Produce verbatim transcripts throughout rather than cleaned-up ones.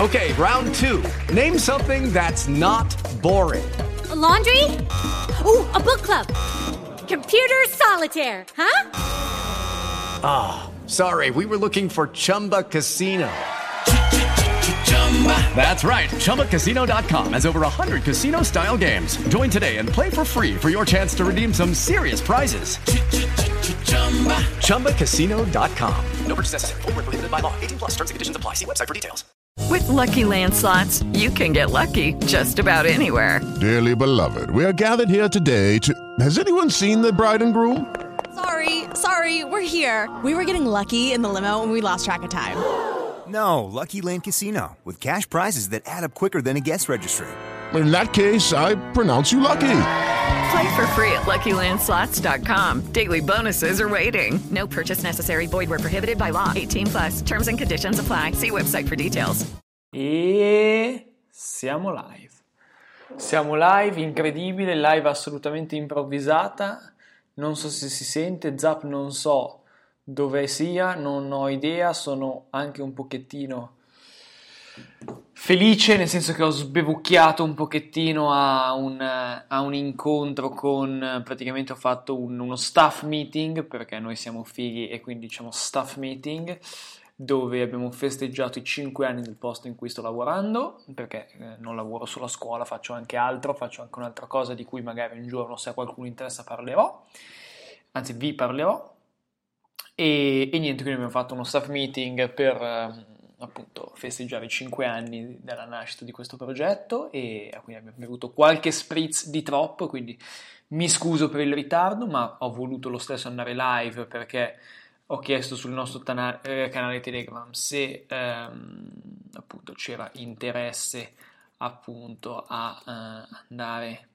Okay, round two. Name something that's not boring. A laundry? Ooh, a book club. Computer solitaire, huh? Ah, oh, sorry, we were looking for Chumba Casino. That's right, Chumba Casino dot com has over one hundred casino-style games. Join today and play for free for your chance to redeem some serious prizes. Chumba Casino dot com. No purchase necessary. Void where prohibited by law. eighteen plus terms and conditions apply. See website for details. With Lucky Land Slots, you can get lucky just about anywhere. Dearly beloved, we are gathered here today to... Has anyone seen the bride and groom? Sorry, sorry, we're here. We were getting lucky in the limo and we lost track of time. No, Lucky Land Casino, with cash prizes that add up quicker than a guest registry. In that case, I pronounce you lucky. Play for free at Lucky Land Slots dot com. Daily bonuses are waiting. No purchase necessary. Void where prohibited by law. eighteen plus. Terms and conditions apply. See website for details. E siamo live. Siamo live, incredibile, live assolutamente improvvisata. Non so se si sente, Zap non so dove sia, non ho idea, sono anche un pochettino felice, nel senso che ho sbevucchiato un pochettino a un, a un incontro con, praticamente ho fatto un, uno staff meeting, perché noi siamo fighi e quindi diciamo staff meeting, dove abbiamo festeggiato i cinque anni del posto in cui sto lavorando, perché eh, non lavoro solo a scuola, faccio anche altro, faccio anche un'altra cosa di cui magari un giorno, se a qualcuno interessa, parlerò, anzi vi parlerò. E, e niente, quindi abbiamo fatto uno staff meeting per eh, appunto festeggiare i cinque anni dalla nascita di questo progetto e quindi abbiamo bevuto qualche spritz di troppo, quindi mi scuso per il ritardo, ma ho voluto lo stesso andare live perché ho chiesto sul nostro tana- eh, canale Telegram se ehm, appunto c'era interesse appunto a eh, andare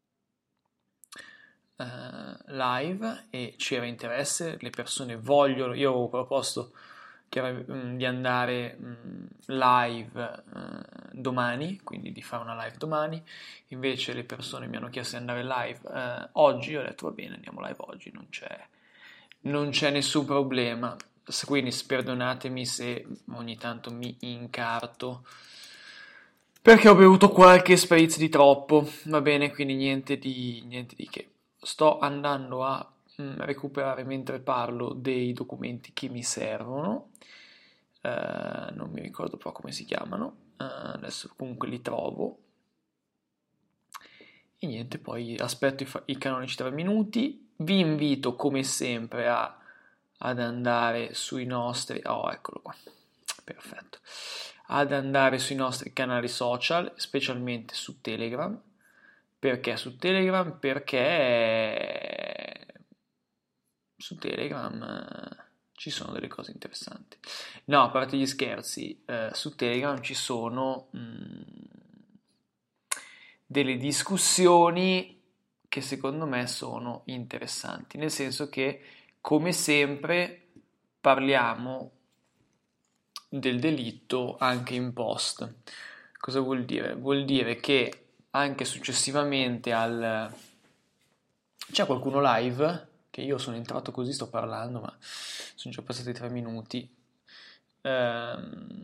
Uh, live e c'era interesse, le persone vogliono, io ho proposto che, um, di andare um, live uh, domani, quindi di fare una live domani, invece le persone mi hanno chiesto di andare live uh, oggi, ho detto va bene, andiamo live oggi, non c'è, non c'è nessun problema, quindi perdonatemi se ogni tanto mi incarto perché ho bevuto qualche spritz di troppo, va bene, quindi niente di, niente di che. Sto andando a mh, recuperare mentre parlo dei documenti che mi servono, uh, non mi ricordo però come si chiamano, uh, adesso comunque li trovo, e niente, poi aspetto i, fa- i canonici tre minuti, vi invito come sempre a, ad andare sui nostri, oh eccolo qua, perfetto, ad andare sui nostri canali social, specialmente su Telegram. Perché su Telegram? Perché su Telegram eh, ci sono delle cose interessanti. No, a parte gli scherzi, eh, su Telegram ci sono mh, delle discussioni che secondo me sono interessanti, nel senso che, come sempre, parliamo del delitto anche in post. Cosa vuol dire? Vuol dire che anche successivamente al... c'è qualcuno live, che io sono entrato così, sto parlando, ma sono già passati tre minuti. Ehm...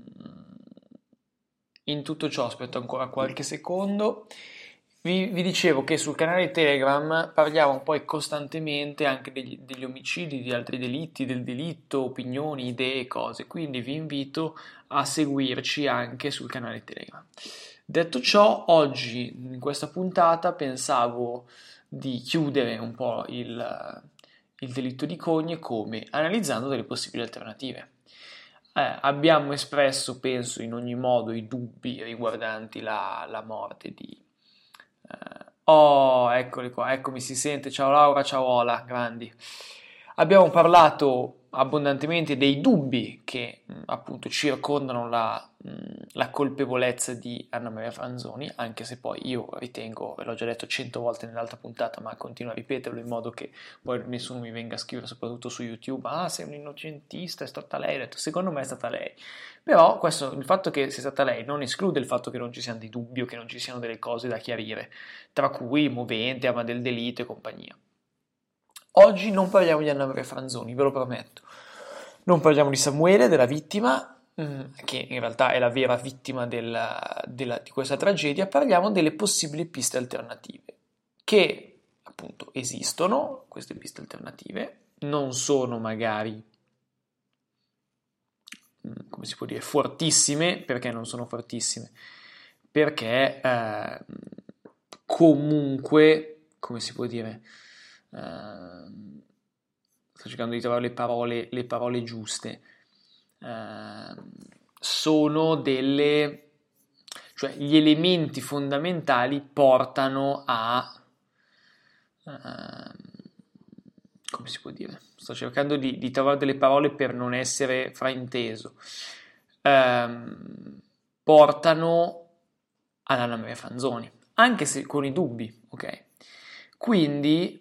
In tutto ciò aspetto ancora qualche secondo. Vi, vi dicevo che sul canale Telegram parliamo poi costantemente anche degli, degli omicidi, di altri delitti, del delitto, opinioni, idee, cose, quindi vi invito a seguirci anche sul canale Telegram. Detto ciò, oggi in questa puntata pensavo di chiudere un po' il, il delitto di Cogne come analizzando delle possibili alternative. Eh, abbiamo espresso, penso, in ogni modo i dubbi riguardanti la, la morte di... Eh, oh, eccoli qua, eccomi, si sente, ciao Laura, ciao Ola, grandi. Abbiamo parlato abbondantemente dei dubbi che mh, appunto circondano la, mh, la colpevolezza di Anna Maria Franzoni, anche se poi io ritengo, ve l'ho già detto cento volte nell'altra puntata, ma continuo a ripeterlo in modo che poi nessuno mi venga a scrivere, soprattutto su YouTube, ah sei un innocentista, è stata lei. Ho detto, secondo me è stata lei, però questo, il fatto che sia stata lei non esclude il fatto che non ci siano dei dubbi o che non ci siano delle cose da chiarire, tra cui movente, ama del delitto e compagnia. Oggi non parliamo di Anna Maria Franzoni, ve lo prometto. Non parliamo di Samuele, della vittima, che in realtà è la vera vittima della, della, di questa tragedia, parliamo delle possibili piste alternative, che appunto esistono, queste piste alternative, non sono magari, come si può dire, fortissime. Perché non sono fortissime? Perché eh, comunque, come si può dire, eh, sto cercando di trovare le parole, le parole giuste, Uh, sono delle, cioè gli elementi fondamentali portano a uh, come si può dire, sto cercando di, di trovare delle parole per non essere frainteso, uh, portano ad Anna Maria Franzoni, anche se con i dubbi, ok? Quindi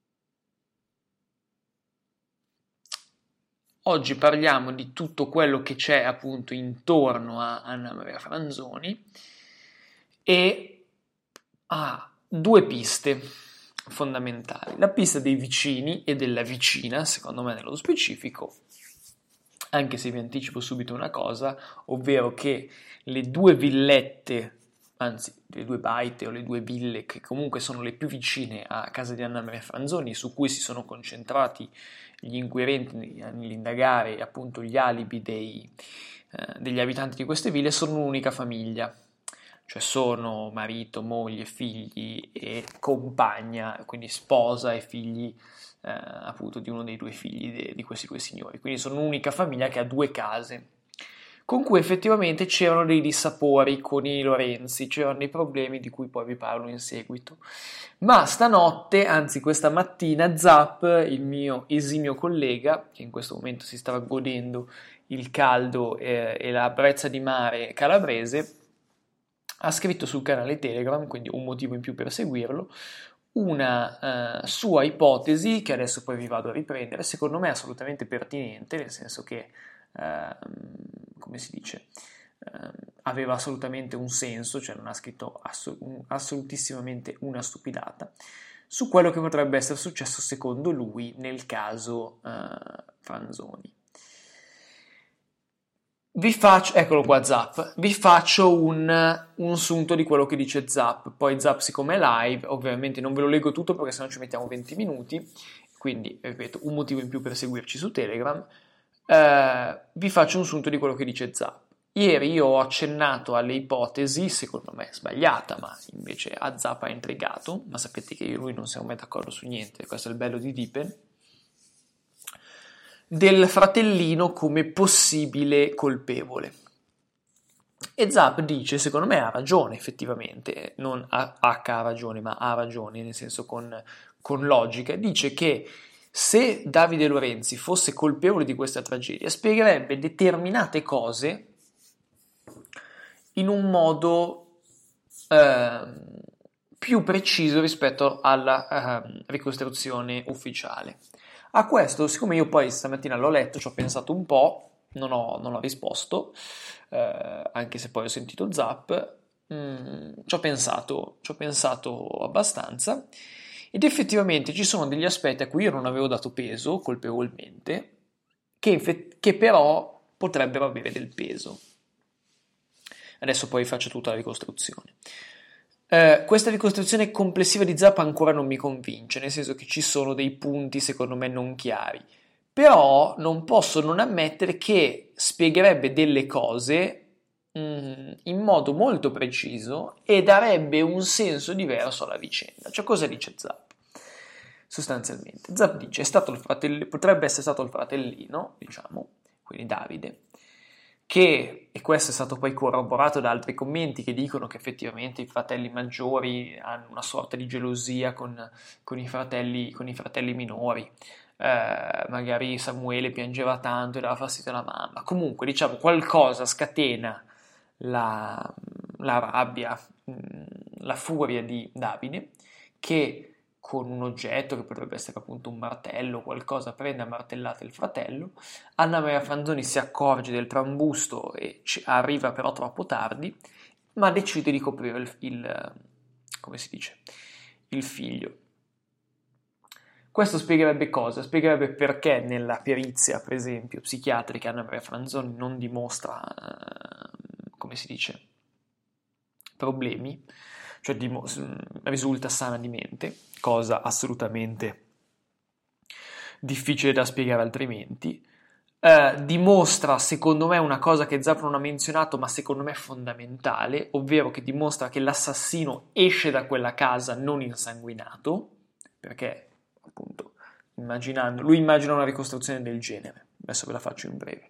oggi parliamo di tutto quello che c'è appunto intorno a Anna Maria Franzoni e ha due piste fondamentali. La pista dei vicini e della vicina, secondo me nello specifico, anche se vi anticipo subito una cosa, ovvero che le due villette, anzi le due baite o le due ville che comunque sono le più vicine a casa di Anna Maria Franzoni, su cui si sono concentrati gli inquirenti nell'indagare appunto gli alibi dei, eh, degli abitanti di queste ville, sono un'unica famiglia, cioè sono marito, moglie, figli e compagna, quindi sposa e figli eh, appunto di uno dei due figli de, di questi due signori, quindi sono un'unica famiglia che ha due case, con cui effettivamente c'erano dei dissapori con i Lorenzi, c'erano dei problemi di cui poi vi parlo in seguito. Ma stanotte, anzi questa mattina, Zap, il mio esimio collega, che in questo momento si stava godendo il caldo eh, e la brezza di mare calabrese, ha scritto sul canale Telegram, quindi un motivo in più per seguirlo, una uh, sua ipotesi, che adesso poi vi vado a riprendere, secondo me assolutamente pertinente, nel senso che Uh, come si dice, uh, aveva assolutamente un senso, cioè non ha scritto ass- assolutissimamente una stupidata, su quello che potrebbe essere successo secondo lui nel caso uh, Franzoni. Vi faccio, eccolo qua Zap, vi faccio un, un sunto di quello che dice Zap, poi Zap siccome è live, ovviamente non ve lo leggo tutto perché sennò ci mettiamo venti minuti, quindi ripeto, un motivo in più per seguirci su Telegram. Uh, vi faccio un sunto di quello che dice Zap. Ieri io ho accennato alle ipotesi, secondo me sbagliata, ma invece a Zap ha intrigato, ma sapete che io e lui non siamo mai d'accordo su niente, questo è il bello di Dipen, del fratellino come possibile colpevole. E Zap dice, secondo me ha ragione effettivamente, non H ha ragione, ma ha ragione, nel senso con, con logica, dice che se Davide Lorenzi fosse colpevole di questa tragedia, spiegherebbe determinate cose in un modo eh, più preciso rispetto alla eh, ricostruzione ufficiale. A questo, siccome io poi stamattina l'ho letto, ci ho pensato un po', non ho, non ho risposto, eh, anche se poi ho sentito Zap, mh, ci ho pensato, ci ho pensato abbastanza. Ed effettivamente ci sono degli aspetti a cui io non avevo dato peso colpevolmente, che, che però potrebbero avere del peso. Adesso poi faccio tutta la ricostruzione. Eh, questa ricostruzione complessiva di Zap ancora non mi convince, nel senso che ci sono dei punti secondo me non chiari, però non posso non ammettere che spiegherebbe delle cose in modo molto preciso e darebbe un senso diverso alla vicenda. Cioè, cosa dice Zap? Sostanzialmente Zap dice è stato il fratello, potrebbe essere stato il fratellino, diciamo, quindi Davide, che, e questo è stato poi corroborato da altri commenti che dicono che effettivamente i fratelli maggiori hanno una sorta di gelosia con, con, i, fratelli, con i fratelli minori. Eh, magari Samuele piangeva tanto e dava fastidio alla mamma. Comunque, diciamo, qualcosa scatena La, la rabbia, la furia di Davide, che con un oggetto che potrebbe essere appunto un martello o qualcosa prende a martellate il fratello. Anna Maria Franzoni si accorge del trambusto e ci arriva però troppo tardi, ma decide di coprire il, il come si dice, il figlio. Questo spiegherebbe cosa? Spiegherebbe perché nella perizia, per esempio, psichiatrica, Anna Maria Franzoni non dimostra, eh, come si dice, problemi, cioè dimos- risulta sana di mente, cosa assolutamente difficile da spiegare altrimenti. Eh, dimostra, secondo me, una cosa che Zapp non ha menzionato, ma secondo me è fondamentale, ovvero che dimostra che l'assassino esce da quella casa non insanguinato, perché appunto immaginando, lui immagina una ricostruzione del genere, adesso ve la faccio in breve.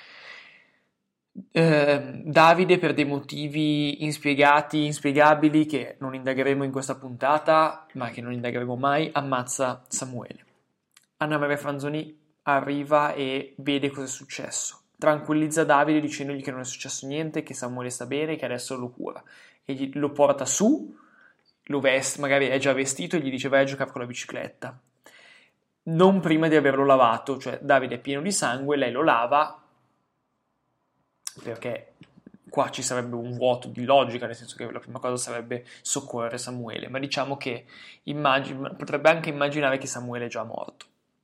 Eh, Davide, per dei motivi inspiegati, inspiegabili, che non indagheremo in questa puntata, ma che non indagheremo mai, ammazza Samuele. Anna Maria Franzoni arriva e vede cosa è successo, tranquillizza Davide dicendogli che non è successo niente, che Samuele sta bene, che adesso lo cura, e gli, lo porta su, lo veste, magari è già vestito, e gli dice vai a giocare con la bicicletta, non prima di averlo lavato, cioè Davide è pieno di sangue, lei lo lava, perché qua ci sarebbe un vuoto di logica, nel senso che la prima cosa sarebbe soccorrere Samuele, ma diciamo che immagin- potrebbe anche immaginare che Samuele è già morto,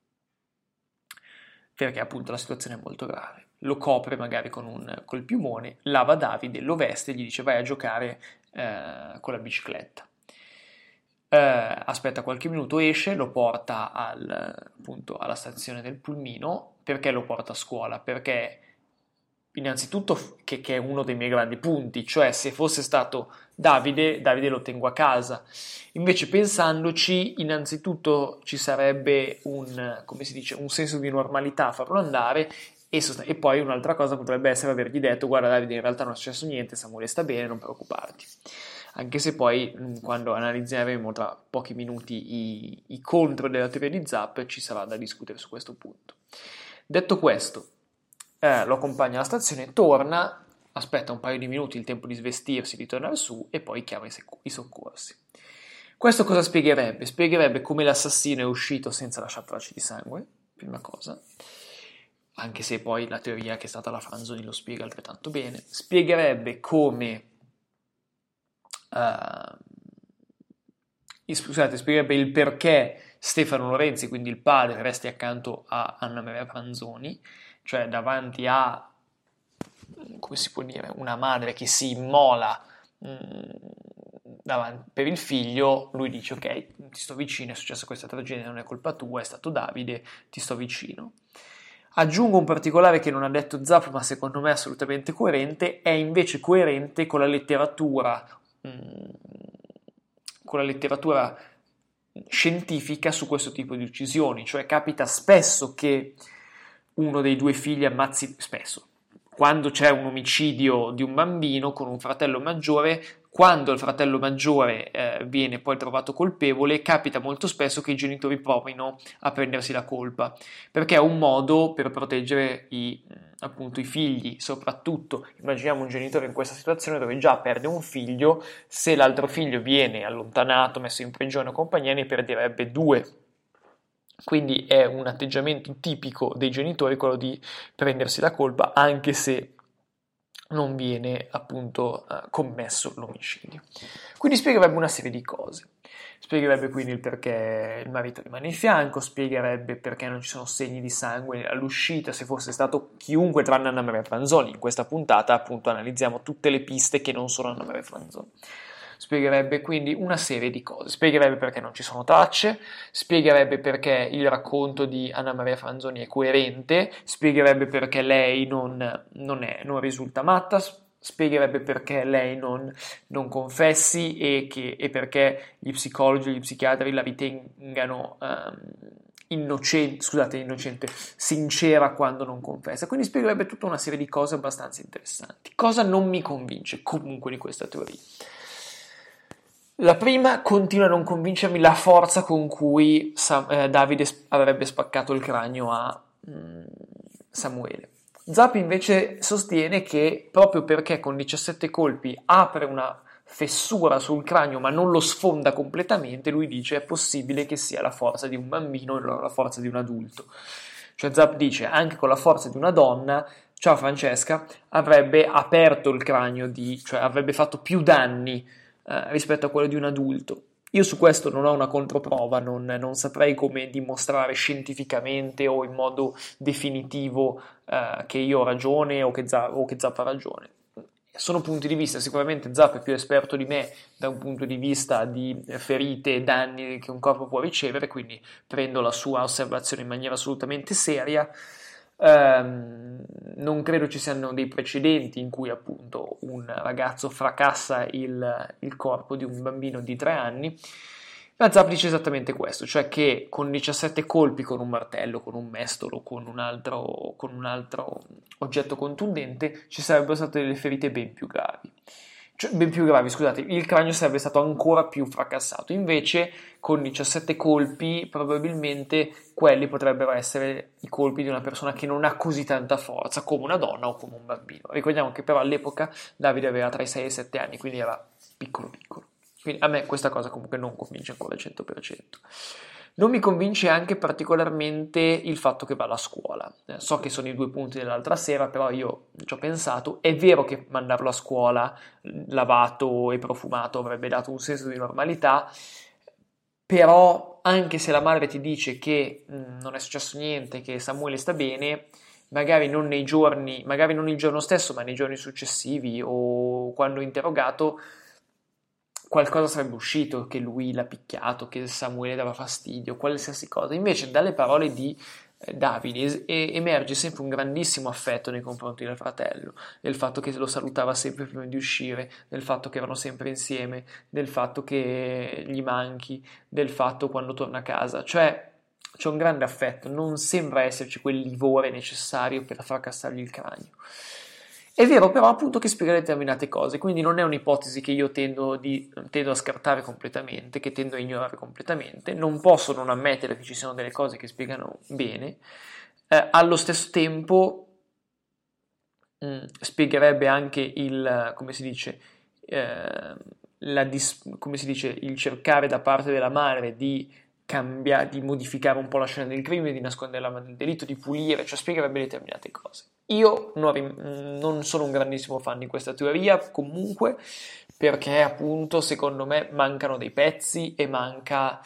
perché appunto la situazione è molto grave. Lo copre magari con un, col piumone, lava Davide, lo veste e gli dice vai a giocare eh, con la bicicletta. Eh, aspetta qualche minuto, esce, lo porta al, appunto alla stazione del pulmino. Perché lo porta a scuola? Perché innanzitutto che, che è uno dei miei grandi punti, cioè se fosse stato Davide, Davide lo tengo a casa. Invece pensandoci, innanzitutto ci sarebbe un, come si dice, un senso di normalità a farlo andare, e, sost- e poi un'altra cosa potrebbe essere avergli detto guarda Davide, in realtà non è successo niente, Samuele sta bene, non preoccuparti. Anche se poi quando analizzeremo tra pochi minuti i, i contro della teoria di Zapp ci sarà da discutere su questo punto. Detto questo, eh, lo accompagna alla stazione, torna, aspetta un paio di minuti, il tempo di svestirsi, di tornare su e poi chiama i, sec- i soccorsi. Questo cosa spiegherebbe? Spiegherebbe come l'assassino è uscito senza lasciare tracce di sangue, prima cosa, anche se poi la teoria che è stata la Franzoni lo spiega altrettanto bene. Spiegherebbe come Uh, scusate, spiegherebbe il perché Stefano Lorenzi, quindi il padre, resti accanto a Anna Maria Franzoni, cioè davanti a, come si può dire, una madre che si immola mh, davanti, per il figlio. Lui dice ok, ti sto vicino, è successa questa tragedia, non è colpa tua, è stato Davide, ti sto vicino. Aggiungo un particolare che non ha detto Zapp, ma secondo me è assolutamente coerente, è invece coerente con la letteratura con la letteratura scientifica su questo tipo di uccisioni, cioè capita spesso che uno dei due figli ammazzi, spesso, quando c'è un omicidio di un bambino con un fratello maggiore, quando il fratello maggiore eh, viene poi trovato colpevole, capita molto spesso che i genitori provino a prendersi la colpa, perché è un modo per proteggere i, appunto, i figli. Soprattutto immaginiamo un genitore in questa situazione dove già perde un figlio, se l'altro figlio viene allontanato, messo in prigione o compagnia, ne perderebbe due. Quindi è un atteggiamento tipico dei genitori quello di prendersi la colpa anche se non viene appunto uh, commesso l'omicidio. Quindi spiegherebbe una serie di cose. Spiegherebbe quindi il perché il marito rimane in fianco, spiegherebbe perché non ci sono segni di sangue all'uscita, se fosse stato chiunque tranne Anna Maria Franzoni. In questa puntata appunto analizziamo tutte le piste che non sono Anna Maria Franzoni. Spiegherebbe quindi una serie di cose, spiegherebbe perché non ci sono tracce, spiegherebbe perché il racconto di Anna Maria Franzoni è coerente, spiegherebbe perché lei non, non, è, non risulta matta, spiegherebbe perché lei non, non confessi e, che, e perché gli psicologi e gli psichiatri la ritengano um, innocente, scusate, innocente, sincera quando non confessa. Quindi spiegherebbe tutta una serie di cose abbastanza interessanti. Cosa non mi convince comunque di questa teoria? La prima, continua a non convincermi la forza con cui Sam, eh, Davide avrebbe spaccato il cranio a mm, Samuele. Zapp invece sostiene che proprio perché con diciassette colpi apre una fessura sul cranio ma non lo sfonda completamente, lui dice è possibile che sia la forza di un bambino e non la forza di un adulto. Cioè Zapp dice anche con la forza di una donna, ciao Francesca, avrebbe aperto il cranio, di, cioè avrebbe fatto più danni rispetto a quello di un adulto. Io su questo non ho una controprova, non, non saprei come dimostrare scientificamente o in modo definitivo eh, che io ho ragione o che, Zap, o che Zap ha ragione. Sono punti di vista, sicuramente Zap è più esperto di me da un punto di vista di ferite e danni che un corpo può ricevere, quindi prendo la sua osservazione in maniera assolutamente seria. Um, non credo ci siano dei precedenti in cui appunto un ragazzo fracassa il, il corpo di un bambino di tre anni, ma Zap dice esattamente questo, cioè che con diciassette colpi con un martello, con un mestolo, con un altro, con un altro oggetto contundente ci sarebbero state delle ferite ben più gravi. Cioè, ben più gravi, scusate, il cranio sarebbe stato ancora più fracassato. Invece, con diciassette colpi, probabilmente quelli potrebbero essere i colpi di una persona che non ha così tanta forza, come una donna o come un bambino. Ricordiamo che però all'epoca Davide aveva tra i sei e i sette anni, quindi era piccolo piccolo. Quindi a me questa cosa comunque non convince ancora al cento per cento. Non mi convince anche particolarmente il fatto che va alla scuola. Eh, so che sono i due punti dell'altra sera, però io ci ho pensato. È vero che mandarlo a scuola lavato e profumato avrebbe dato un senso di normalità, però anche se la madre ti dice che mh, non è successo niente, che Samuele sta bene, magari non nei giorni, magari non il giorno stesso, ma nei giorni successivi o quando interrogato, qualcosa sarebbe uscito, che lui l'ha picchiato, che Samuele dava fastidio, qualsiasi cosa. Invece dalle parole di eh, Davide eh, emerge sempre un grandissimo affetto nei confronti del fratello, del fatto che lo salutava sempre prima di uscire, del fatto che erano sempre insieme, del fatto che gli manchi, del fatto quando torna a casa. Cioè c'è un grande affetto, non sembra esserci quel livore necessario per far cassargli il cranio. È vero però appunto che spiega determinate cose, quindi non è un'ipotesi che io tendo, di, tendo a scartare completamente, che tendo a ignorare completamente. Non posso non ammettere che ci siano delle cose che spiegano bene, eh, allo stesso tempo mh, spiegherebbe anche il, come si dice, eh, la dis, come si dice, il cercare da parte della madre di cambiare, di modificare un po' la scena del crimine, di nascondere l'arma del delitto, di pulire, cioè spiegherebbe determinate cose. Io non, non sono un grandissimo fan di questa teoria, comunque, perché appunto secondo me mancano dei pezzi e manca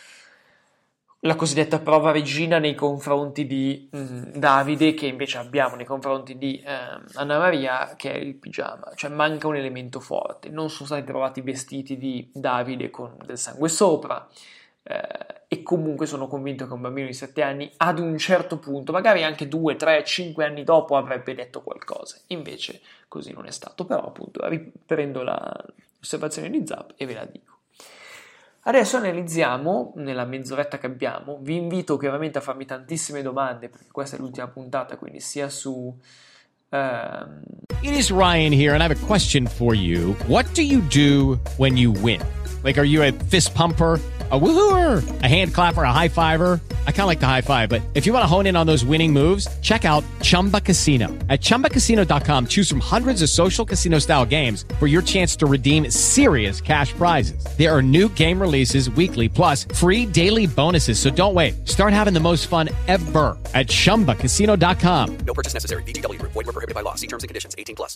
la cosiddetta prova regina nei confronti di mh, Davide, che invece abbiamo nei confronti di eh, Anna Maria, che è il pigiama. Cioè manca un elemento forte. Non sono stati trovati vestiti di Davide con del sangue sopra, Eh, e comunque sono convinto che un bambino di sette anni ad un certo punto, magari anche due, tre, cinque anni dopo, avrebbe detto qualcosa. Invece così non è stato. Però appunto riprendo l'osservazione di Zap e ve la dico. Adesso analizziamo nella mezz'oretta che abbiamo. Vi invito chiaramente a farmi tantissime domande, perché questa è l'ultima puntata, quindi sia su um... It is Ryan here and I have a question for you. What do you do when you win? Like, are you a fist pumper, a woohooer, a hand clapper, a high fiver? I kind of like the high five, but if you want to hone in on those winning moves, check out Chumba Casino. At chumba casino dot com, choose from hundreds of social casino style games for your chance to redeem serious cash prizes. There are new game releases weekly, plus free daily bonuses. So don't wait. Start having the most fun ever at chumba casino dot com. No purchase necessary. V G W Group. Void where prohibited by law. See terms and conditions. eighteen plus.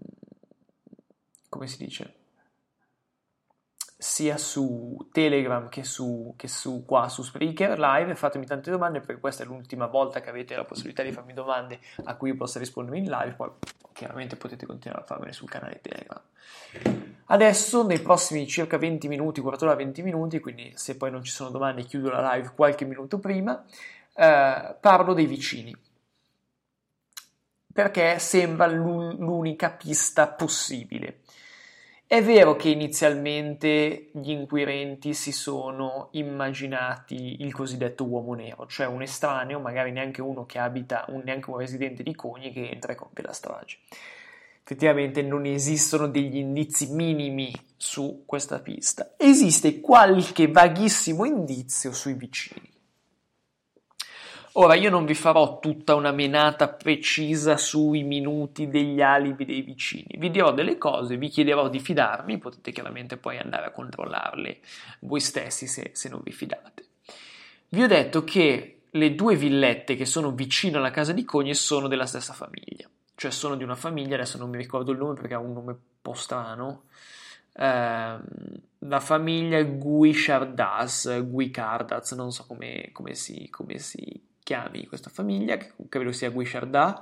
Come si dice? Sia su Telegram che su, che su qua su Spreaker Live. Fatemi tante domande, perché questa è l'ultima volta che avete la possibilità di farmi domande a cui io possa rispondere in live. Poi chiaramente potete continuare a farmele sul canale Telegram. Adesso nei prossimi circa venti minuti, quarto d'ora, venti minuti, quindi se poi non ci sono domande chiudo la live qualche minuto prima, eh, parlo dei vicini, perché sembra l'unica pista possibile. È vero che inizialmente gli inquirenti si sono immaginati il cosiddetto uomo nero, cioè un estraneo, magari neanche uno che abita, un, neanche un residente di Cogni, che entra e compie la strage. Effettivamente non esistono degli indizi minimi su questa pista. Esiste qualche vaghissimo indizio sui vicini. Ora, io non vi farò tutta una menata precisa sui minuti degli alibi dei vicini, vi dirò delle cose, vi chiederò di fidarmi, potete chiaramente poi andare a controllarle voi stessi se, se non vi fidate. Vi ho detto che le due villette che sono vicino alla casa di Cogni sono della stessa famiglia, cioè sono di una famiglia, adesso non mi ricordo il nome perché ha un nome un po' strano, ehm, la famiglia Guichardas, Guicardaz, non so come, come, si, come si chiami questa famiglia, che credo sia Guichardat,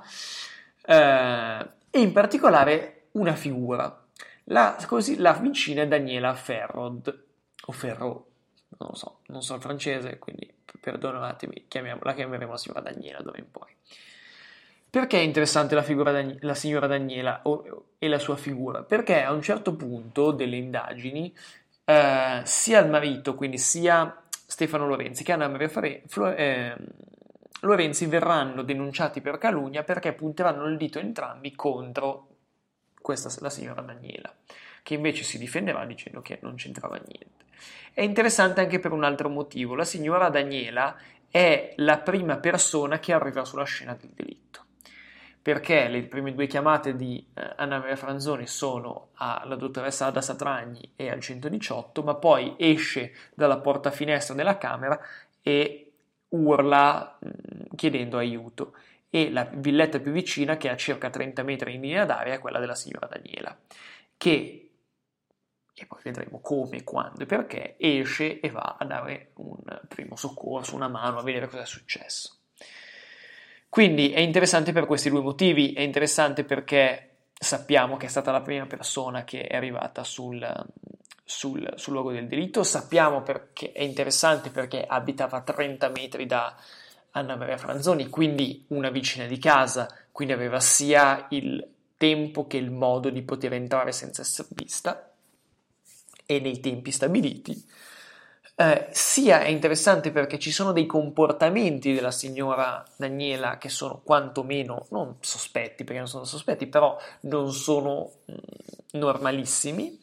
eh, e in particolare una figura, la, così, la vicina Daniela Ferrod, o Ferro, non lo so, non so il francese, quindi perdonatemi, la chiameremo la signora Daniela d'ora in poi. Perché è interessante la, figura Dan- la signora Daniela o, e la sua figura? Perché a un certo punto delle indagini eh, sia il marito, quindi sia Stefano Lorenzi che Anna Maria Fare- Flo- eh, Lorenzi verranno denunciati per calunnia perché punteranno il dito entrambi contro questa, la signora Daniela, che invece si difenderà dicendo che non c'entrava niente. È interessante anche per un altro motivo. La signora Daniela è la prima persona che arriva sulla scena del delitto, perché le prime due chiamate di eh, Anna Maria Franzoni sono alla dottoressa Ada Satragni e al centodiciotto, ma poi esce dalla porta finestra della camera e urla mh, chiedendo aiuto, e la villetta più vicina, che è a circa trenta metri in linea d'aria, è quella della signora Daniela, che, e poi vedremo come, quando e perché, esce e va a dare un primo soccorso, una mano, a vedere cosa è successo. Quindi è interessante per questi due motivi. È interessante perché sappiamo che è stata la prima persona che è arrivata sul, sul, sul luogo del delitto, sappiamo perché è interessante perché abitava a trenta metri da Anna Maria Franzoni, quindi una vicina di casa, quindi aveva sia il tempo che il modo di poter entrare senza essere vista e nei tempi stabiliti. Eh, sia è interessante perché ci sono dei comportamenti della signora Daniela che sono quantomeno non sospetti, perché non sono sospetti, però non sono mh, normalissimi,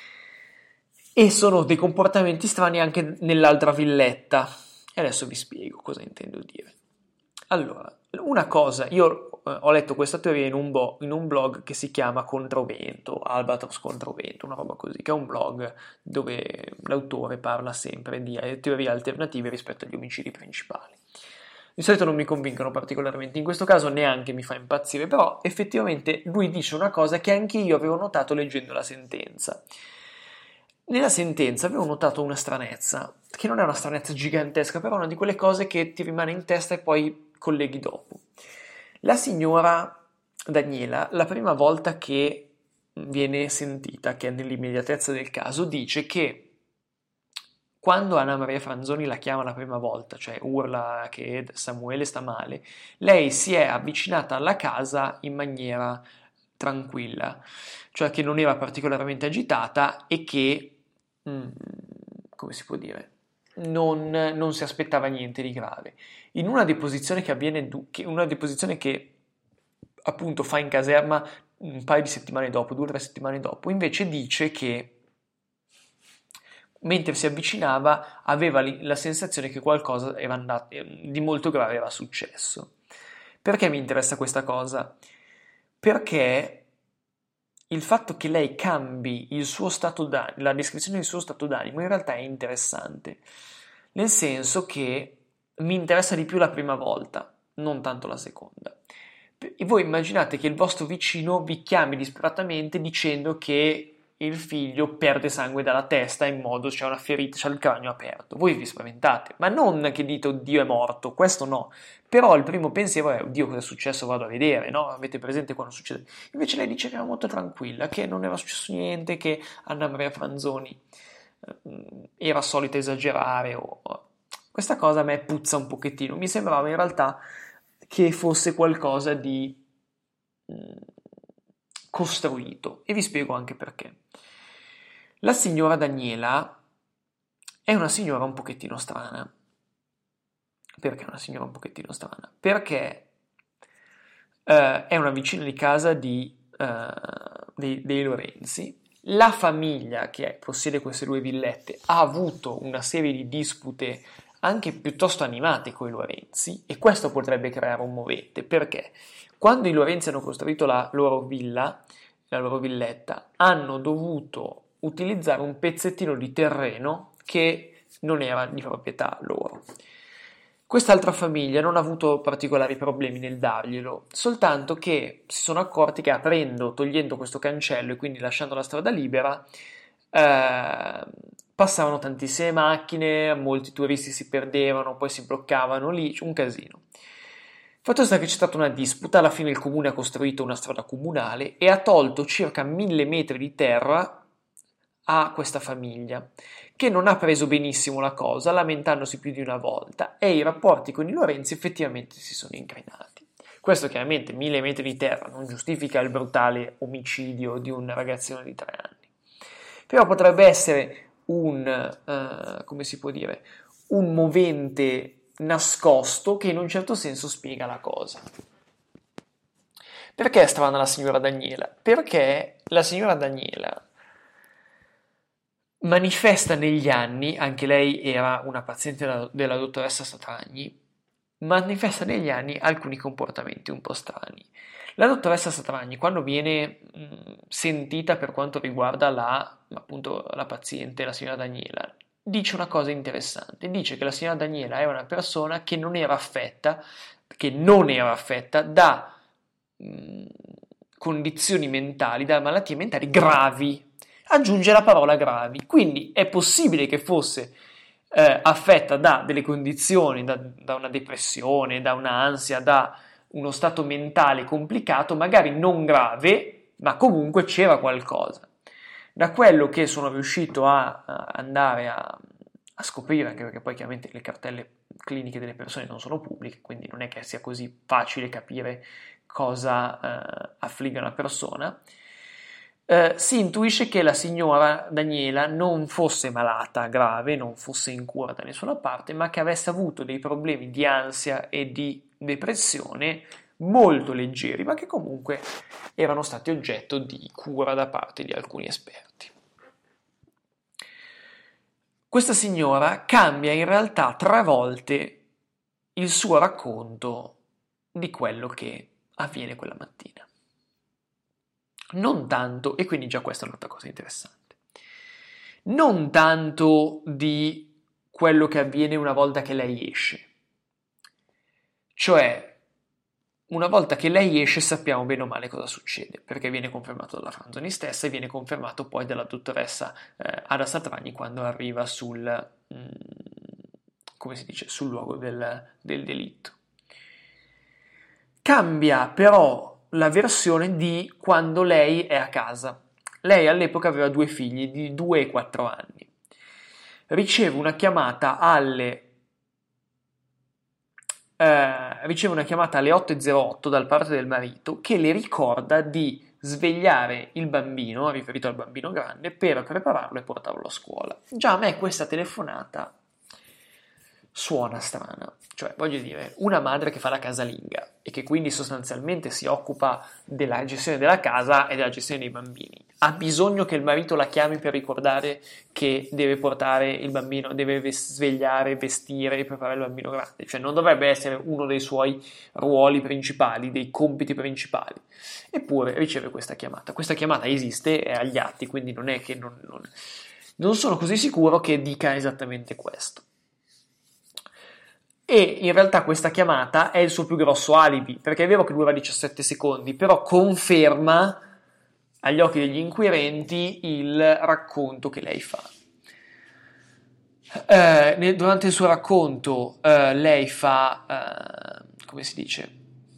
e sono dei comportamenti strani anche nell'altra villetta, e adesso vi spiego cosa intendo dire. Allora, una cosa, io eh, ho letto questa teoria in un, bo- in un blog che si chiama Controvento, Albatros Controvento, una roba così, che è un blog dove l'autore parla sempre di eh, teorie alternative rispetto agli omicidi principali. Di solito non mi convincono particolarmente, in questo caso neanche mi fa impazzire, però effettivamente lui dice una cosa che anche io avevo notato leggendo la sentenza. Nella sentenza avevo notato una stranezza, che non è una stranezza gigantesca, però è una di quelle cose che ti rimane in testa e poi colleghi dopo. La signora Daniela, la prima volta che viene sentita, che è nell'immediatezza del caso, dice che quando Anna Maria Franzoni la chiama la prima volta, cioè urla che Samuele sta male, lei si è avvicinata alla casa in maniera tranquilla, cioè che non era particolarmente agitata e che come si può dire, non, non si aspettava niente di grave. In una deposizione che avviene, che, una deposizione che appunto fa in caserma un paio di settimane dopo, due o tre settimane dopo, invece dice che mentre si avvicinava aveva la sensazione che qualcosa era andato, di molto grave era successo. Perché mi interessa questa cosa? Perché il fatto che lei cambi il suo stato d'animo, la descrizione del suo stato d'animo in realtà è interessante, nel senso che mi interessa di più la prima volta, non tanto la seconda. E voi immaginate che il vostro vicino vi chiami disperatamente dicendo che il figlio perde sangue dalla testa in modo, c'è una ferita, c'è il cranio aperto. Voi vi spaventate, ma non che dite oddio è morto, questo no. Però il primo pensiero è oddio cosa è successo, vado a vedere, no? Avete presente quando succede? Invece lei dice che era molto tranquilla, che non era successo niente, che Anna Maria Franzoni eh, era solita esagerare. O... Questa cosa a me puzza un pochettino, mi sembrava in realtà che fosse qualcosa di mh, costruito, e vi spiego anche perché. La signora Daniela è una signora un pochettino strana. Perché è una signora un pochettino strana? Perché eh, è una vicina di casa di, eh, dei, dei Lorenzi. La famiglia che possiede queste due villette ha avuto una serie di dispute anche piuttosto animate con i Lorenzi, e questo potrebbe creare un movente. Perché? Quando i Lorenzi hanno costruito la loro villa, la loro villetta, hanno dovuto utilizzare un pezzettino di terreno che non era di proprietà loro. Quest'altra famiglia non ha avuto particolari problemi nel darglielo, soltanto che si sono accorti che aprendo, togliendo questo cancello e quindi lasciando la strada libera, eh, passavano tantissime macchine, molti turisti si perdevano, poi si bloccavano lì, un casino. Fatto sta che c'è stata una disputa, alla fine il comune ha costruito una strada comunale e ha tolto circa mille metri di terra a questa famiglia, che non ha preso benissimo la cosa, lamentandosi più di una volta, e i rapporti con i Lorenzi effettivamente si sono incrinati. Questo chiaramente, mille metri di terra, non giustifica il brutale omicidio di un ragazzino di tre anni, però potrebbe essere un, uh, come si può dire, un movente nascosto che in un certo senso spiega la cosa. Perché è strana la signora Daniela? Perché la signora Daniela manifesta negli anni, anche lei era una paziente della, della dottoressa Satragni, manifesta negli anni alcuni comportamenti un po' strani. La dottoressa Satragni, quando viene mh, sentita per quanto riguarda la, appunto, la paziente, la signora Daniela, dice una cosa interessante, dice che la signora Daniela è una persona che non era affetta, che non era affetta da mh, condizioni mentali, da malattie mentali gravi. Aggiunge la parola gravi, quindi è possibile che fosse eh, affetta da delle condizioni, da, da una depressione, da un'ansia, da uno stato mentale complicato, magari non grave, ma comunque c'era qualcosa. Da quello che sono riuscito a, a andare a, a scoprire, anche perché poi chiaramente le cartelle cliniche delle persone non sono pubbliche, quindi non è che sia così facile capire cosa eh, affligge una persona, Uh, si intuisce che la signora Daniela non fosse malata grave, non fosse in cura da nessuna parte, ma che avesse avuto dei problemi di ansia e di depressione molto leggeri, ma che comunque erano stati oggetto di cura da parte di alcuni esperti. Questa signora cambia in realtà tre volte il suo racconto di quello che avviene quella mattina. Non tanto, e quindi già questa è un'altra cosa interessante, non tanto di quello che avviene una volta che lei esce. Cioè, una volta che lei esce sappiamo bene o male cosa succede, perché viene confermato dalla Franzoni stessa e viene confermato poi dalla dottoressa eh, Ada Satragni quando arriva sul, mh, come si dice, sul luogo del, del delitto. Cambia però la versione di quando lei è a casa. Lei all'epoca aveva due figli di due e quattro anni. Riceve una chiamata alle eh, riceve una chiamata alle otto e zero otto dal parte del marito che le ricorda di svegliare il bambino, riferito al bambino grande, per prepararlo e portarlo a scuola. Già a me questa telefonata suona strana, cioè voglio dire, una madre che fa la casalinga e che quindi sostanzialmente si occupa della gestione della casa e della gestione dei bambini, ha bisogno che il marito la chiami per ricordare che deve portare il bambino, deve svegliare, vestire e preparare il bambino grande, cioè non dovrebbe essere uno dei suoi ruoli principali, dei compiti principali, eppure riceve questa chiamata. Questa chiamata esiste, è agli atti, quindi non è che non, non, non sono così sicuro che dica esattamente questo. E in realtà questa chiamata è il suo più grosso alibi, perché è vero che dura diciassette secondi, però conferma agli occhi degli inquirenti il racconto che lei fa. Eh, durante il suo racconto eh, lei fa, eh, come si dice,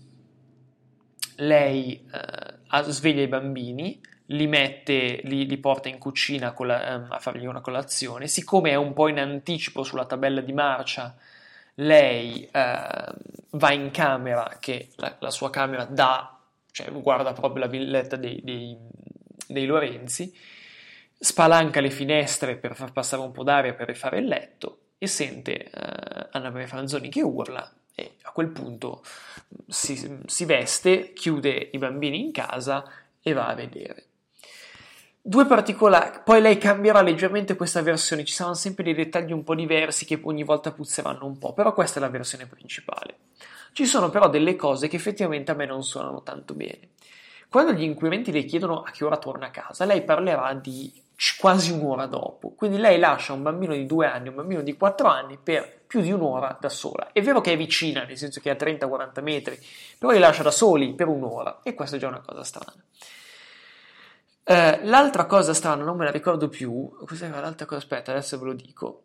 lei eh, sveglia i bambini, li mette, li, li porta in cucina con la, eh, a fargli una colazione, siccome è un po' in anticipo sulla tabella di marcia, lei eh, va in camera, che la, la sua camera dà, cioè guarda proprio la villetta dei, dei, dei Lorenzi, spalanca le finestre per far passare un po' d'aria per rifare il letto e sente eh, Anna Maria Franzoni che urla e a quel punto si, si veste, chiude i bambini in casa e va a vedere. Due particolari, poi lei cambierà leggermente questa versione, ci saranno sempre dei dettagli un po' diversi che ogni volta puzzeranno un po', però questa è la versione principale. Ci sono però delle cose che effettivamente a me non suonano tanto bene. Quando gli inquirenti le chiedono a che ora torna a casa, lei parlerà di quasi un'ora dopo, quindi lei lascia un bambino di due anni, un bambino di quattro anni per più di un'ora da sola. È vero che è vicina, nel senso che è a trenta quaranta metri, però li lascia da soli per un'ora e questa è già una cosa strana. Eh, l'altra cosa strana, non me la ricordo più, cos'era l'altra cosa? Aspetta, adesso ve lo dico.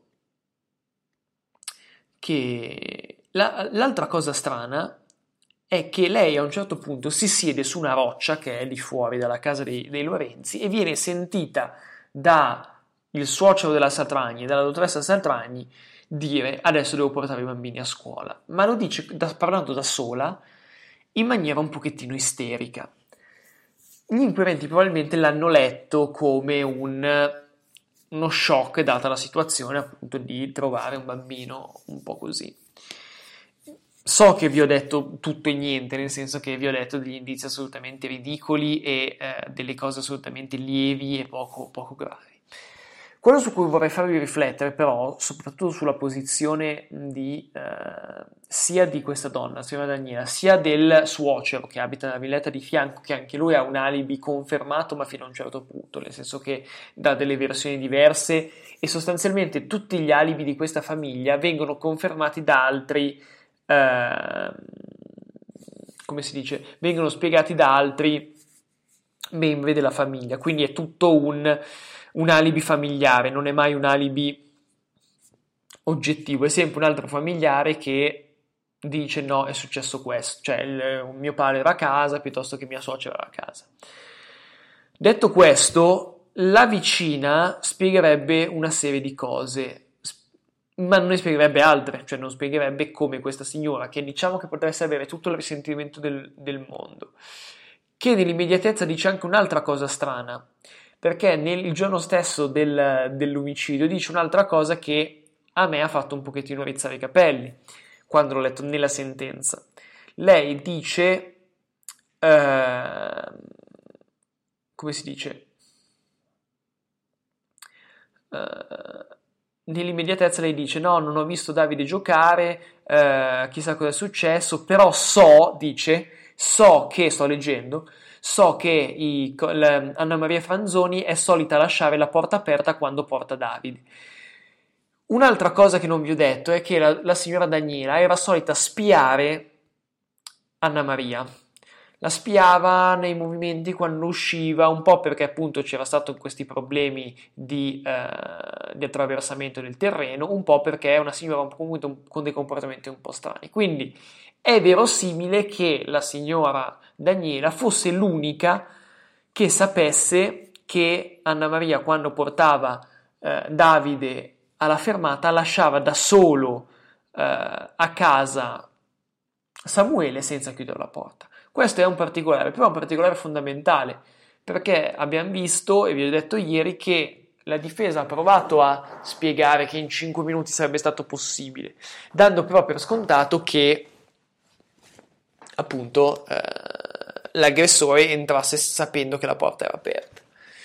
Che la, l'altra cosa strana è che lei a un certo punto si siede su una roccia che è lì fuori dalla casa dei, dei Lorenzi e viene sentita da il suocero della Satragni, dalla dottoressa Satragni, dire adesso devo portare i bambini a scuola, ma lo dice da, parlando da sola in maniera un pochettino isterica. Gli inquirenti probabilmente l'hanno letto come un, uno shock data la situazione appunto di trovare un bambino un po' così. So che vi ho detto tutto e niente, nel senso che vi ho detto degli indizi assolutamente ridicoli e eh, delle cose assolutamente lievi e poco, poco gravi. Quello su cui vorrei farvi riflettere però, soprattutto sulla posizione di, eh, sia di questa donna, signora Daniela, sia del suocero che abita nella villetta di fianco, che anche lui ha un alibi confermato ma fino a un certo punto, nel senso che dà delle versioni diverse e sostanzialmente tutti gli alibi di questa famiglia vengono confermati da altri, eh, come si dice, vengono spiegati da altri membri della famiglia, quindi è tutto un... un alibi familiare, non è mai un alibi oggettivo, è sempre un altro familiare che dice no, è successo questo, cioè il, mio padre era a casa piuttosto che mia suocera era a casa. Detto questo, la vicina spiegherebbe una serie di cose, ma non ne spiegherebbe altre, cioè non spiegherebbe come questa signora, che diciamo che potresse avere tutto il risentimento del, del mondo, che nell'immediatezza dice anche un'altra cosa strana, perché nel il giorno stesso del, dell'omicidio dice un'altra cosa che a me ha fatto un pochettino rizzare i capelli quando l'ho letto nella sentenza. Lei dice, eh, come si dice, eh, nell'immediatezza lei dice no, non ho visto Davide giocare, eh, chissà cosa è successo, però so, dice, so che, sto leggendo, so che i, Anna Maria Franzoni è solita lasciare la porta aperta quando porta Davide. Un'altra cosa che non vi ho detto è che la, la signora Daniela era solita spiare Anna Maria. La spiava nei movimenti quando usciva, un po' perché appunto c'era stato questi problemi di, eh, di attraversamento del terreno, un po' perché è una signora con, con dei comportamenti un po' strani. Quindi è verosimile che la signora Daniela fosse l'unica che sapesse che Anna Maria, quando portava eh, Davide alla fermata, lasciava da solo eh, a casa Samuele senza chiudere la porta. Questo è un particolare, però è un particolare fondamentale, perché abbiamo visto, e vi ho detto ieri, che la difesa ha provato a spiegare che in cinque minuti sarebbe stato possibile, dando però per scontato che appunto eh, l'aggressore entrasse sapendo che la porta era aperta.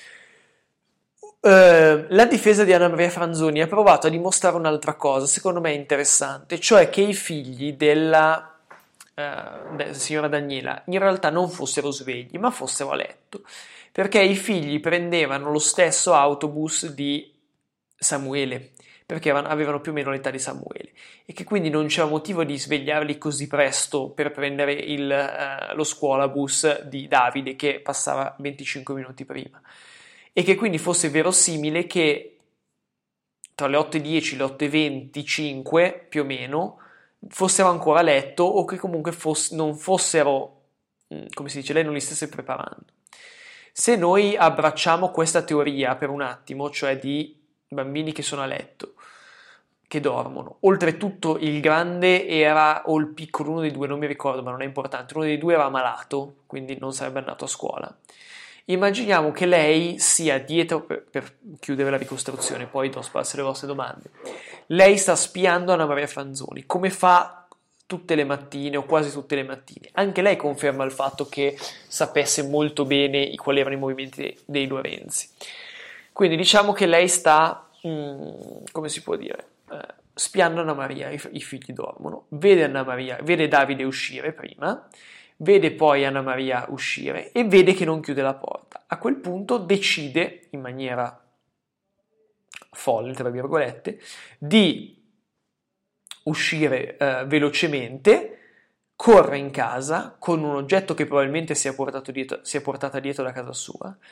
Uh, la difesa di Anna Maria Franzoni ha provato a dimostrare un'altra cosa, secondo me interessante, cioè che i figli della uh, de- signora Daniela in realtà non fossero svegli, ma fossero a letto, perché i figli prendevano lo stesso autobus di Samuele, perché avevano più o meno l'età di Samuele, e che quindi non c'era motivo di svegliarli così presto per prendere il, uh, lo scuolabus di Davide, che passava venticinque minuti prima. E che quindi fosse verosimile che tra le otto e dieci e le otto e venticinque più o meno fossero ancora a letto, o che comunque foss- non fossero, come si dice, lei non li stesse preparando. Se noi abbracciamo questa teoria per un attimo, cioè di bambini che sono a letto, che dormono, oltretutto il grande era, o il piccolo, uno dei due, non mi ricordo ma non è importante, uno dei due era malato, quindi non sarebbe andato a scuola. Immaginiamo che lei sia dietro, per, per chiudere la ricostruzione, poi do spazio alle vostre domande. Lei sta spiando Anna Maria Franzoni, come fa tutte le mattine o quasi tutte le mattine. Anche lei conferma il fatto che sapesse molto bene quali erano i movimenti dei Lorenzi. Quindi diciamo che lei sta, mh, come si può dire, eh, spiando Anna Maria, i, i figli dormono, vede Anna Maria, vede Davide uscire prima, vede poi Anna Maria uscire e vede che non chiude la porta. A quel punto decide, in maniera folle, tra virgolette, di uscire eh, velocemente, corre in casa con un oggetto che probabilmente si è portato dietro, si è portata dietro da casa sua,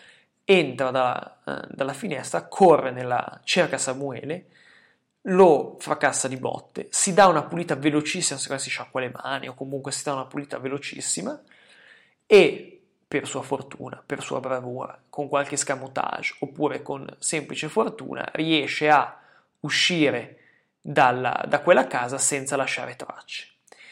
entra da, eh, dalla finestra, corre nella, cerca Samuele, lo fracassa di botte, si dà una pulita velocissima, se si sciacqua le mani o comunque si dà una pulita velocissima e per sua fortuna, per sua bravura, con qualche escamotage oppure con semplice fortuna riesce a uscire dalla, da quella casa senza lasciare tracce.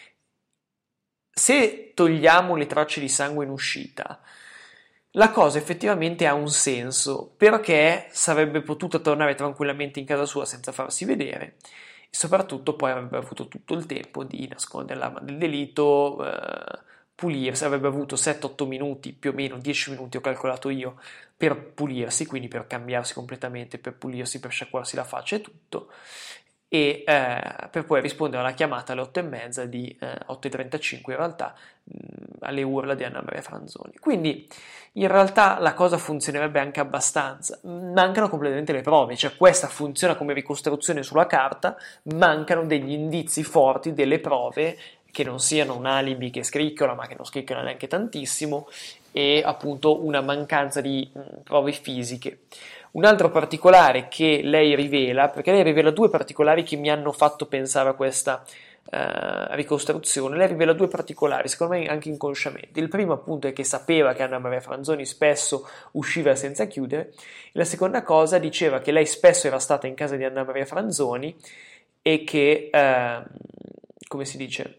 Se togliamo le tracce di sangue in uscita, la cosa effettivamente ha un senso, perché sarebbe potuta tornare tranquillamente in casa sua senza farsi vedere e soprattutto poi avrebbe avuto tutto il tempo di nascondere l'arma del delitto, eh, pulirsi, avrebbe avuto sette otto minuti, più o meno dieci minuti ho calcolato io, per pulirsi, quindi per cambiarsi completamente, per pulirsi, per sciacquarsi la faccia e tutto, e eh, per poi rispondere alla chiamata alle otto e mezza di eh, otto e trentacinque in realtà, mh, alle urla di Anna Maria Franzoni. Quindi in realtà la cosa funzionerebbe anche abbastanza, mancano completamente le prove, cioè questa funziona come ricostruzione sulla carta, mancano degli indizi forti, delle prove che non siano un alibi che scricchiola ma che non scricchiola neanche tantissimo e appunto una mancanza di mh, prove fisiche. Un altro particolare che lei rivela, perché lei rivela due particolari che mi hanno fatto pensare a questa uh, ricostruzione, lei rivela due particolari, secondo me anche inconsciamente. Il primo appunto è che sapeva che Anna Maria Franzoni spesso usciva senza chiudere, e la seconda cosa diceva che lei spesso era stata in casa di Anna Maria Franzoni e che, uh, come si dice,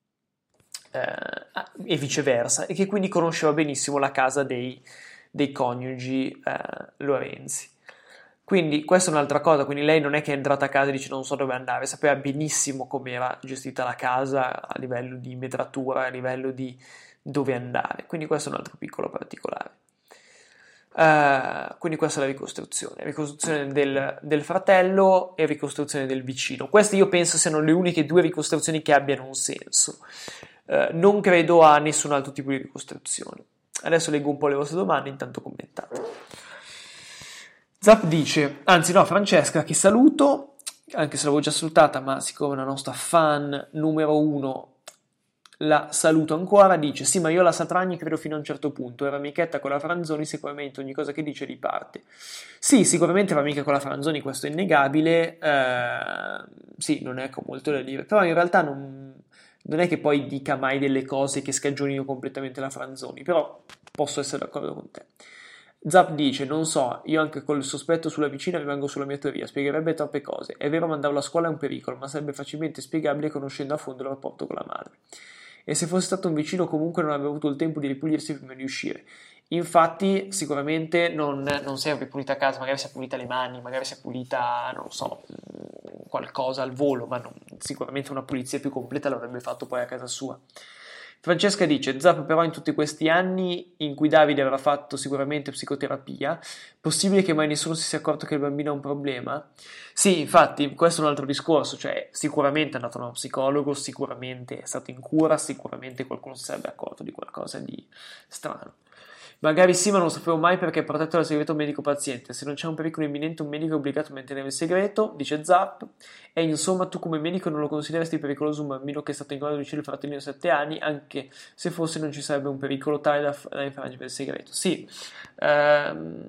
uh, e viceversa, e che quindi conosceva benissimo la casa dei dei coniugi eh, Lorenzi. Quindi questa è un'altra cosa, quindi lei non è che è entrata a casa e dice non so dove andare, sapeva benissimo come era gestita la casa a livello di metratura, a livello di dove andare, quindi questo è un altro piccolo particolare. Uh, quindi questa è la ricostruzione, ricostruzione del, del fratello e ricostruzione del vicino. Queste io penso siano le uniche due ricostruzioni che abbiano un senso, uh, non credo a nessun altro tipo di ricostruzione. Adesso leggo un po' le vostre domande, intanto commentate. Zap dice, anzi no, Francesca, che saluto, anche se l'avevo già salutata, ma siccome è una nostra fan numero uno, la saluto ancora, dice, sì, ma io la Satragni credo fino a un certo punto, era amichetta con la Franzoni, sicuramente ogni cosa che dice di parte. Sì, sicuramente era amica con la Franzoni, questo è innegabile, eh, sì, non è con molto da dire, però in realtà non... non è che poi dica mai delle cose che scagionino completamente la Franzoni, però posso essere d'accordo con te. Zap dice, non so, io anche col sospetto sulla vicina rimango sulla mia teoria, spiegherebbe troppe cose. È vero, mandarlo a scuola è un pericolo, ma sarebbe facilmente spiegabile conoscendo a fondo il rapporto con la madre. E se fosse stato un vicino comunque non avrebbe avuto il tempo di ripulirsi prima di uscire. Infatti sicuramente non, non si è ripulita a casa, magari si è pulita le mani, magari si è pulita, non so, qualcosa al volo, ma non, sicuramente una pulizia più completa l'avrebbe fatto poi a casa sua. Francesca dice, Zap però in tutti questi anni in cui Davide avrà fatto sicuramente psicoterapia, possibile che mai nessuno si sia accorto che il bambino ha un problema? Sì, infatti, questo è un altro discorso, cioè sicuramente è andato da uno psicologo, sicuramente è stato in cura, sicuramente qualcuno si sarebbe accorto di qualcosa di strano. Magari sì, ma non lo sapevo mai perché è protetto dal segreto medico-paziente. Se non c'è un pericolo imminente, un medico è obbligato a mantenere il segreto, dice Zap. E insomma, tu come medico non lo consideresti pericoloso un bambino che è stato in grado di uccidere il fratellino di sette anni, anche se fosse non ci sarebbe un pericolo tale da, da infrangere il segreto. Sì, ehm,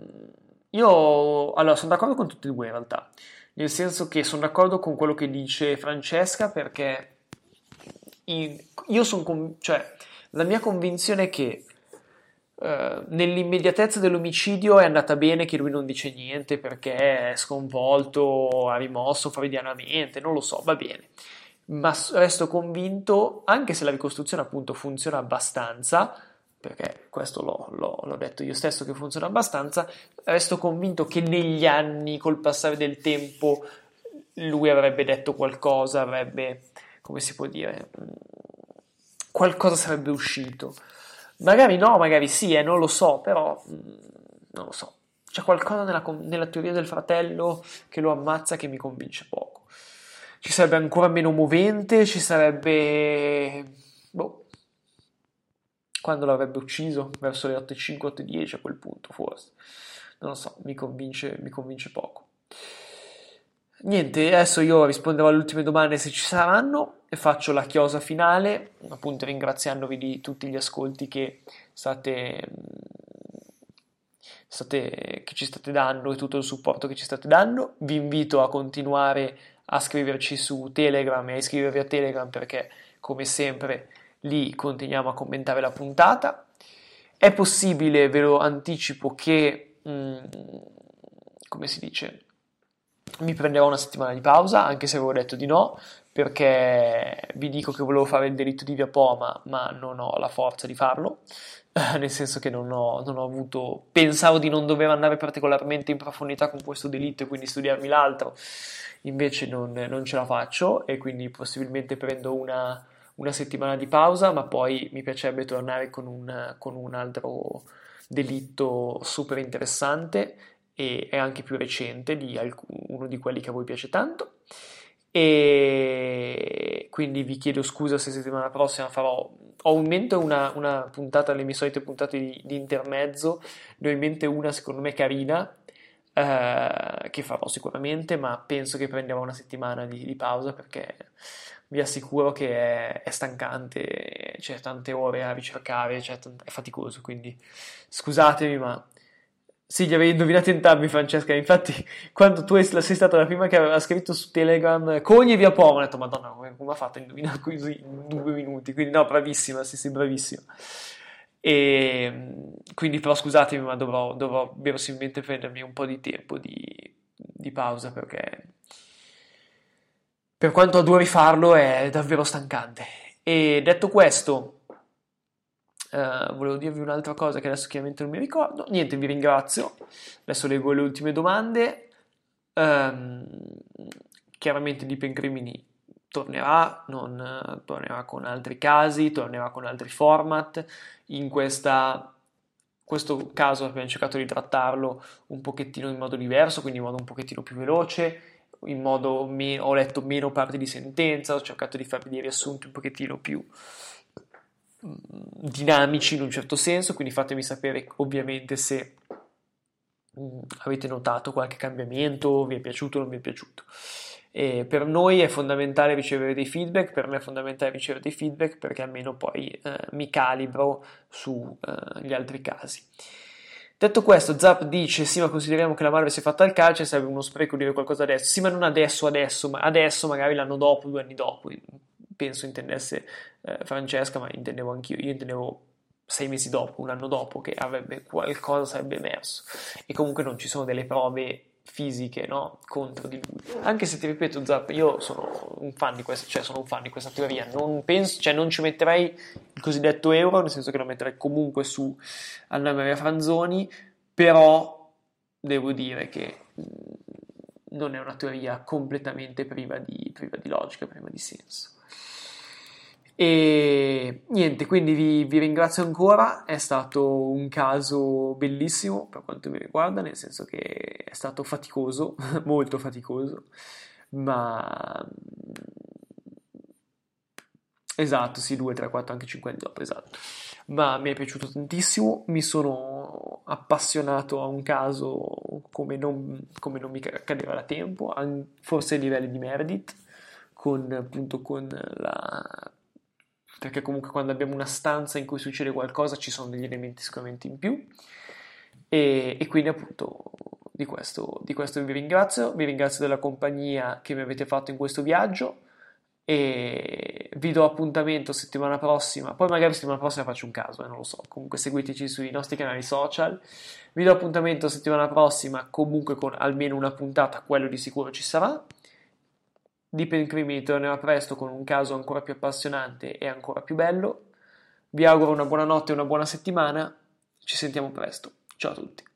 io allora sono d'accordo con tutti e due in realtà, nel senso che sono d'accordo con quello che dice Francesca perché in, io sono, con, cioè, la mia convinzione è che Uh, nell'immediatezza dell'omicidio è andata bene che lui non dice niente perché è sconvolto, ha rimosso freudianamente, non lo so, va bene, ma resto convinto, anche se la ricostruzione appunto funziona abbastanza, perché questo l'ho, l'ho, l'ho detto io stesso che funziona abbastanza, resto convinto che negli anni, col passare del tempo, lui avrebbe detto qualcosa, avrebbe, come si può dire, qualcosa sarebbe uscito. Magari no, magari sì, eh, non lo so, però mh, non lo so. C'è qualcosa nella, nella teoria del fratello che lo ammazza che mi convince poco. Ci sarebbe ancora meno movente, ci sarebbe... boh. Quando l'avrebbe ucciso? Verso le otto e cinque, otto e dieci a quel punto, forse. Non lo so, mi convince, mi convince poco. Niente, adesso io risponderò alle ultime domande se ci saranno e faccio la chiosa finale, appunto ringraziandovi di tutti gli ascolti che state, state, che ci state dando e tutto il supporto che ci state dando. Vi invito a continuare a scriverci su Telegram e a iscrivervi a Telegram, perché come sempre lì continuiamo a commentare la puntata. È possibile, ve lo anticipo, che mh, come si dice, mi prenderò una settimana di pausa, anche se avevo detto di no, perché vi dico che volevo fare il delitto di Via Poma, ma non ho la forza di farlo, nel senso che non ho, non ho avuto, pensavo di non dover andare particolarmente in profondità con questo delitto e quindi studiarmi l'altro, invece non, non ce la faccio, e quindi possibilmente prendo una, una settimana di pausa, ma poi mi piacerebbe tornare con un, con un altro delitto super interessante e è anche più recente, di alcun, uno di quelli che a voi piace tanto, e quindi vi chiedo scusa se settimana prossima farò, ho in mente una, una puntata, le mie solite puntate di, di intermezzo, ne ho in mente una secondo me carina, eh, che farò sicuramente, ma penso che prenderò una settimana di, di pausa, perché vi assicuro che è, è stancante, c'è tante ore a ricercare, cioè è faticoso, quindi scusatemi, ma sì, li avevi indovinati entrambi, Francesca. Infatti, quando tu sei stata la prima che aveva scritto su Telegram Cogni e Via Poma, ho detto, madonna, come, come ha fatto a indovinare così in due minuti? Quindi no, bravissima, sì sì, bravissima. E quindi però scusatemi, ma dovrò, dovrò verosimilmente prendermi un po' di tempo di, di pausa, perché per quanto adoro rifarlo è davvero stancante. E detto questo, Uh, volevo dirvi un'altra cosa che adesso chiaramente non mi ricordo. Niente, vi ringrazio. Adesso leggo le ultime domande. Um, chiaramente Deep in Crimini tornerà, non, uh, tornerà con altri casi, tornerà con altri format. In questa, questo caso abbiamo cercato di trattarlo un pochettino in modo diverso, quindi in modo un pochettino più veloce, in modo me- ho letto meno parti di sentenza, ho cercato di farvi dei riassunti un pochettino più dinamici in un certo senso, quindi fatemi sapere ovviamente se mh, avete notato qualche cambiamento, vi è piaciuto o non vi è piaciuto. E per noi è fondamentale ricevere dei feedback, per me è fondamentale ricevere dei feedback, perché almeno poi eh, mi calibro sugli eh, altri casi. Detto questo, Zap dice: sì, ma consideriamo che la Marvel si è fatta al calcio, sarebbe uno spreco dire qualcosa adesso. Sì, ma non adesso, adesso, ma adesso magari l'anno dopo, due anni dopo. Penso intendesse eh, Francesca, ma intendevo anch'io. Io intendevo sei mesi dopo, un anno dopo, che avrebbe qualcosa sarebbe emerso. E comunque non ci sono delle prove fisiche, no, contro di lui. Anche se ti ripeto, Zap, io sono un fan di questa, cioè sono un fan di questa teoria. Non penso, cioè non ci metterei il cosiddetto euro, nel senso che lo metterei comunque su Anna Maria Franzoni, però devo dire che mh, non è una teoria completamente priva di, priva di logica, priva di senso. E niente, quindi vi, vi ringrazio ancora, è stato un caso bellissimo per quanto mi riguarda, nel senso che è stato faticoso, molto faticoso, ma esatto, sì, due, tre, quattro, anche cinque anni dopo, esatto, ma mi è piaciuto tantissimo, mi sono appassionato a un caso come non, come non mi cadeva da tempo, forse ai livelli di Meredith, con appunto con la... perché comunque quando abbiamo una stanza in cui succede qualcosa ci sono degli elementi sicuramente in più, e, e quindi appunto di questo, di questo vi ringrazio, vi ringrazio della compagnia che mi avete fatto in questo viaggio, e vi do appuntamento settimana prossima, poi magari settimana prossima faccio un caso, eh, non lo so, comunque seguiteci sui nostri canali social, vi do appuntamento settimana prossima comunque con almeno una puntata, quello di sicuro ci sarà. Deep in Crimini tornerà presto con un caso ancora più appassionante e ancora più bello. Vi auguro una buona notte e una buona settimana. Ci sentiamo presto. Ciao a tutti.